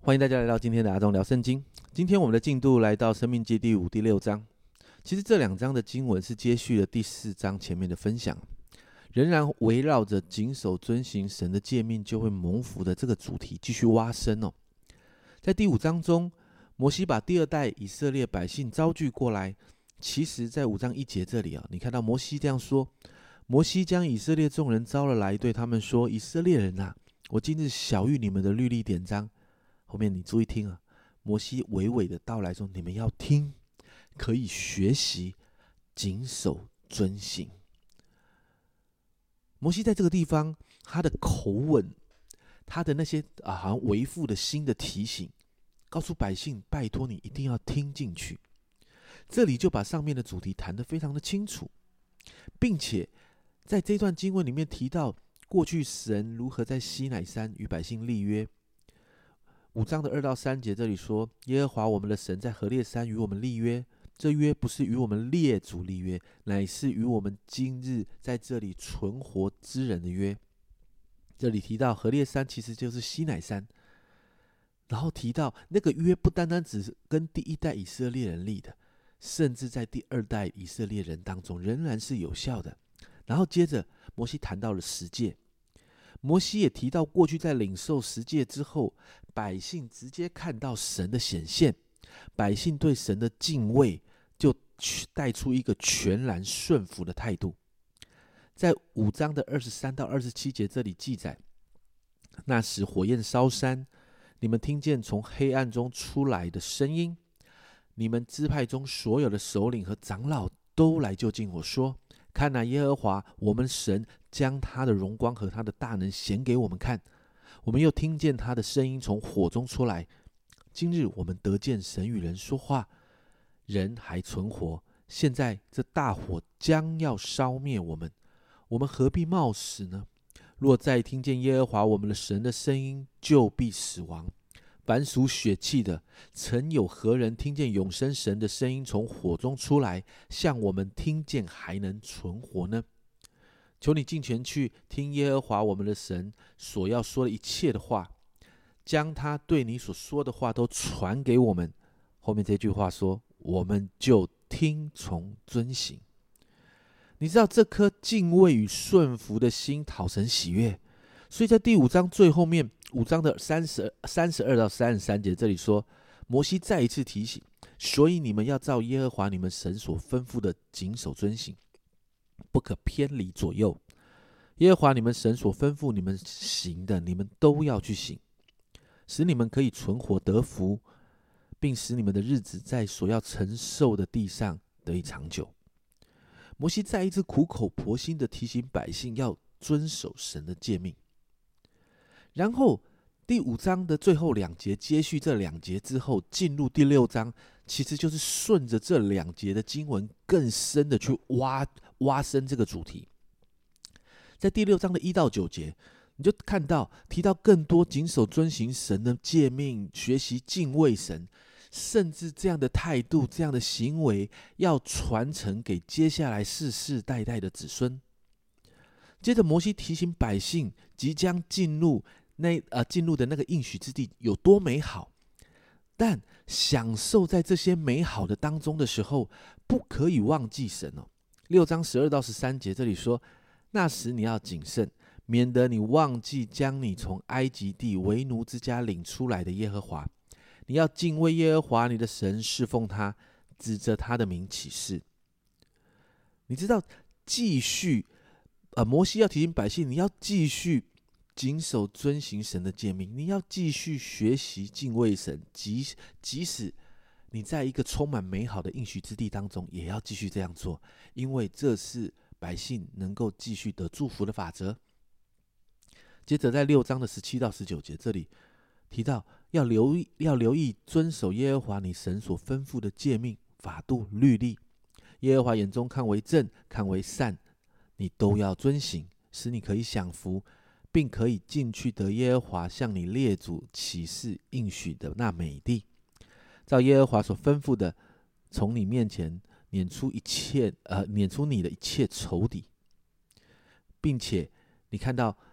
欢迎大家来到今天的阿忠聊圣经。今天我们的进度来到申命记第5、第6章。其实这2章的经文是接续了第4章前面的分享，仍然围绕着谨守遵行神的诫命就会蒙福的这个主题继续挖深哦。在第5章中，摩西把第2代以色列百姓招聚过来。其实在5章1节这里你看到摩西这样说：摩西将以色列众人招了来，对他们说，以色列人啊，我今日晓谕你们的律例典章。后面你注意听摩西娓娓的道来说，你们要听，可以学习，谨守遵行。摩西在这个地方，他的口吻，他的那些好像为父的心的提醒，告诉百姓，拜托你一定要听进去。这里就把上面的主题谈得非常的清楚，并且在这段经文里面提到，过去神如何在西乃山与百姓立约。5章的2到3节这里说，耶和华我们的神在何烈山与我们立约，这约不是与我们列祖立约，乃是与我们今日在这里存活之人的约。这里提到何烈山其实就是西乃山，然后提到那个约不单单只是跟第1代以色列人立的，甚至在第2代以色列人当中仍然是有效的。然后接着摩西谈到了10诫，摩西也提到过去在领受10诫之后，百姓直接看到神的显现，百姓对神的敬畏就带出一个全然顺服的态度。在5章的23到27节这里记载，那时火焰烧山，你们听见从黑暗中出来的声音，你们支派中所有的首领和长老都来就近我说，看哪，耶和华我们神将他的荣光和他的大能显给我们看，我们又听见他的声音从火中出来。今日我们得见神与人说话，人还存活，现在这大火将要烧灭我们，我们何必冒死呢？若再听见耶和华我们的神的声音，就必死亡。凡属血气的，曾有何人听见永生神的声音从火中出来，像我们听见还能存活呢？求你尽全去听耶和华我们的神所要说的一切的话，将他对你所说的话都传给我们。后面这句话说，我们就听从遵行。你知道这颗敬畏与顺服的心讨神喜悦，所以在第5章最后面5章的32到33节这里说，摩西再一次提醒，所以你们要照耶和华你们神所吩咐的谨守遵行，不可偏离左右。耶和华你们神所吩咐你们行的，你们都要去行，使你们可以存活得福，并使你们的日子在所要承受的地上得以长久。摩西再一次苦口婆心的提醒百姓要遵守神的诫命。然后第5章的最后2节接续这2节之后，进入第6章，其实就是顺着这2节的经文更深的去挖深这个主题。在第6章的1到9节，你就看到提到更多谨守遵行神的诫命，学习敬畏神，甚至这样的态度，这样的行为要传承给接下来世世代代的子孙。接着摩西提醒百姓即将进入的那个应许之地有多美好，但享受在这些美好的当中的时候，不可以忘记神6章12到13节这里说，那时你要谨慎，免得你忘记将你从埃及地为奴之家领出来的耶和华。你要敬畏耶和华你的神，侍奉他，指着他的名起誓。你知道继续摩西要提醒百姓，你要继续谨守遵行神的诫命，你要继续学习敬畏神，即使你在一个充满美好的应许之地当中，也要继续这样做，因为这是百姓能够继续得祝福的法则。接着在6章的17到19节这里提到，要留意遵守耶和华你神所吩咐的诫命、法度、律例，耶和华眼中看为正、看为善，你都要遵行，使你可以享福，并可以进去得耶和华向你列祖起誓应许的那美地。照耶和华所吩咐的，从你面前撵出你的一切仇敌，并且你看到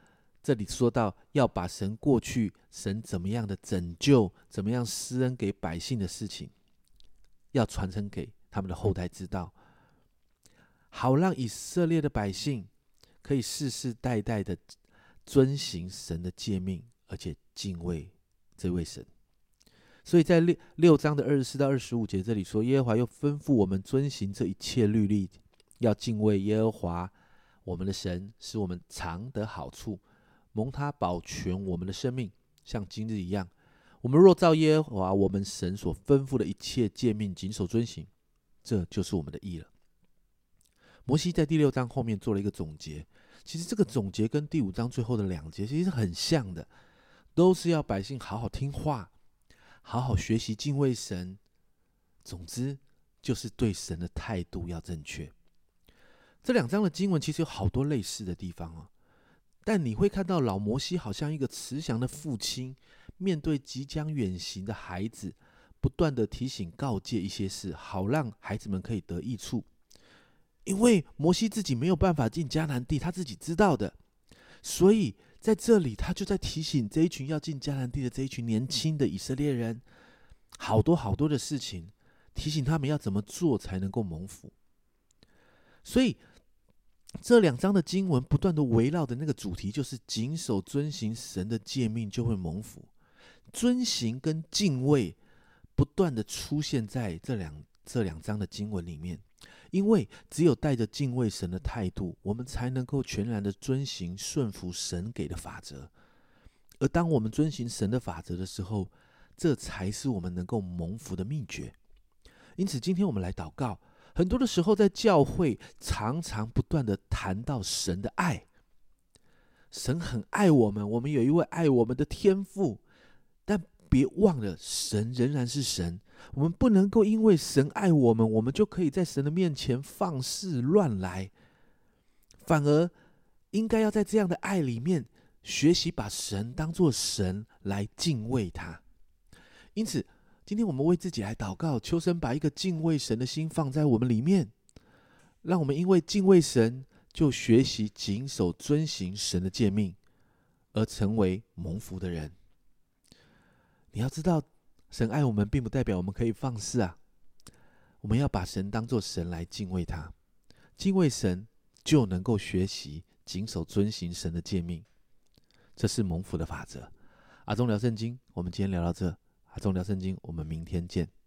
这里说到要把神过去神怎么样的拯救，怎么样施恩给百姓的事情，要传承给他们的后代知道，好让以色列的百姓可以世世代代的遵行神的诫命，而且敬畏这位神。所以在6章的24到25节，这里说耶和华又吩咐我们遵行这一切律例，要敬畏耶和华我们的神，使我们常得好处，蒙他保全我们的生命，像今日一样。我们若照耶和华我们神所吩咐的一切诫命谨守遵行，这就是我们的义了。摩西在第6章后面做了一个总结，其实这个总结跟第5章最后的2节其实是很像的，都是要百姓好好听话，好好学习敬畏神，总之就是对神的态度要正确。这2章的经文其实有好多类似的地方哦，但你会看到老摩西好像一个慈祥的父亲，面对即将远行的孩子，不断的提醒告诫一些事，好让孩子们可以得益处。因为摩西自己没有办法进迦南地，他自己知道的，所以在这里他就在提醒这一群要进迦南地的这一群年轻的以色列人，好多好多的事情，提醒他们要怎么做才能够蒙福。所以这2章的经文不断的围绕的那个主题，就是谨守遵行神的诫命就会蒙福。遵行跟敬畏不断的出现在这两章的经文里面，因为只有带着敬畏神的态度，我们才能够全然的遵行顺服神给的法则。而当我们遵行神的法则的时候，这才是我们能够蒙福的秘诀。因此今天我们来祷告，很多的时候在教会常常不断的谈到神的爱，神很爱我们，我们有一位爱我们的天父，但别忘了神仍然是神，我们不能够因为神爱我们，我们就可以在神的面前放肆乱来，反而应该要在这样的爱里面学习把神当作神来敬畏他。因此今天我们为自己来祷告，求神把一个敬畏神的心放在我们里面，让我们因为敬畏神就学习谨守遵行神的诫命，而成为蒙福的人。你要知道，神爱我们并不代表我们可以放肆啊，我们要把神当作神来敬畏他，敬畏神就能够学习谨守遵行神的诫命，这是蒙福的法则。阿忠聊圣经，我们今天聊到这。阿忠聊圣经，我们明天见。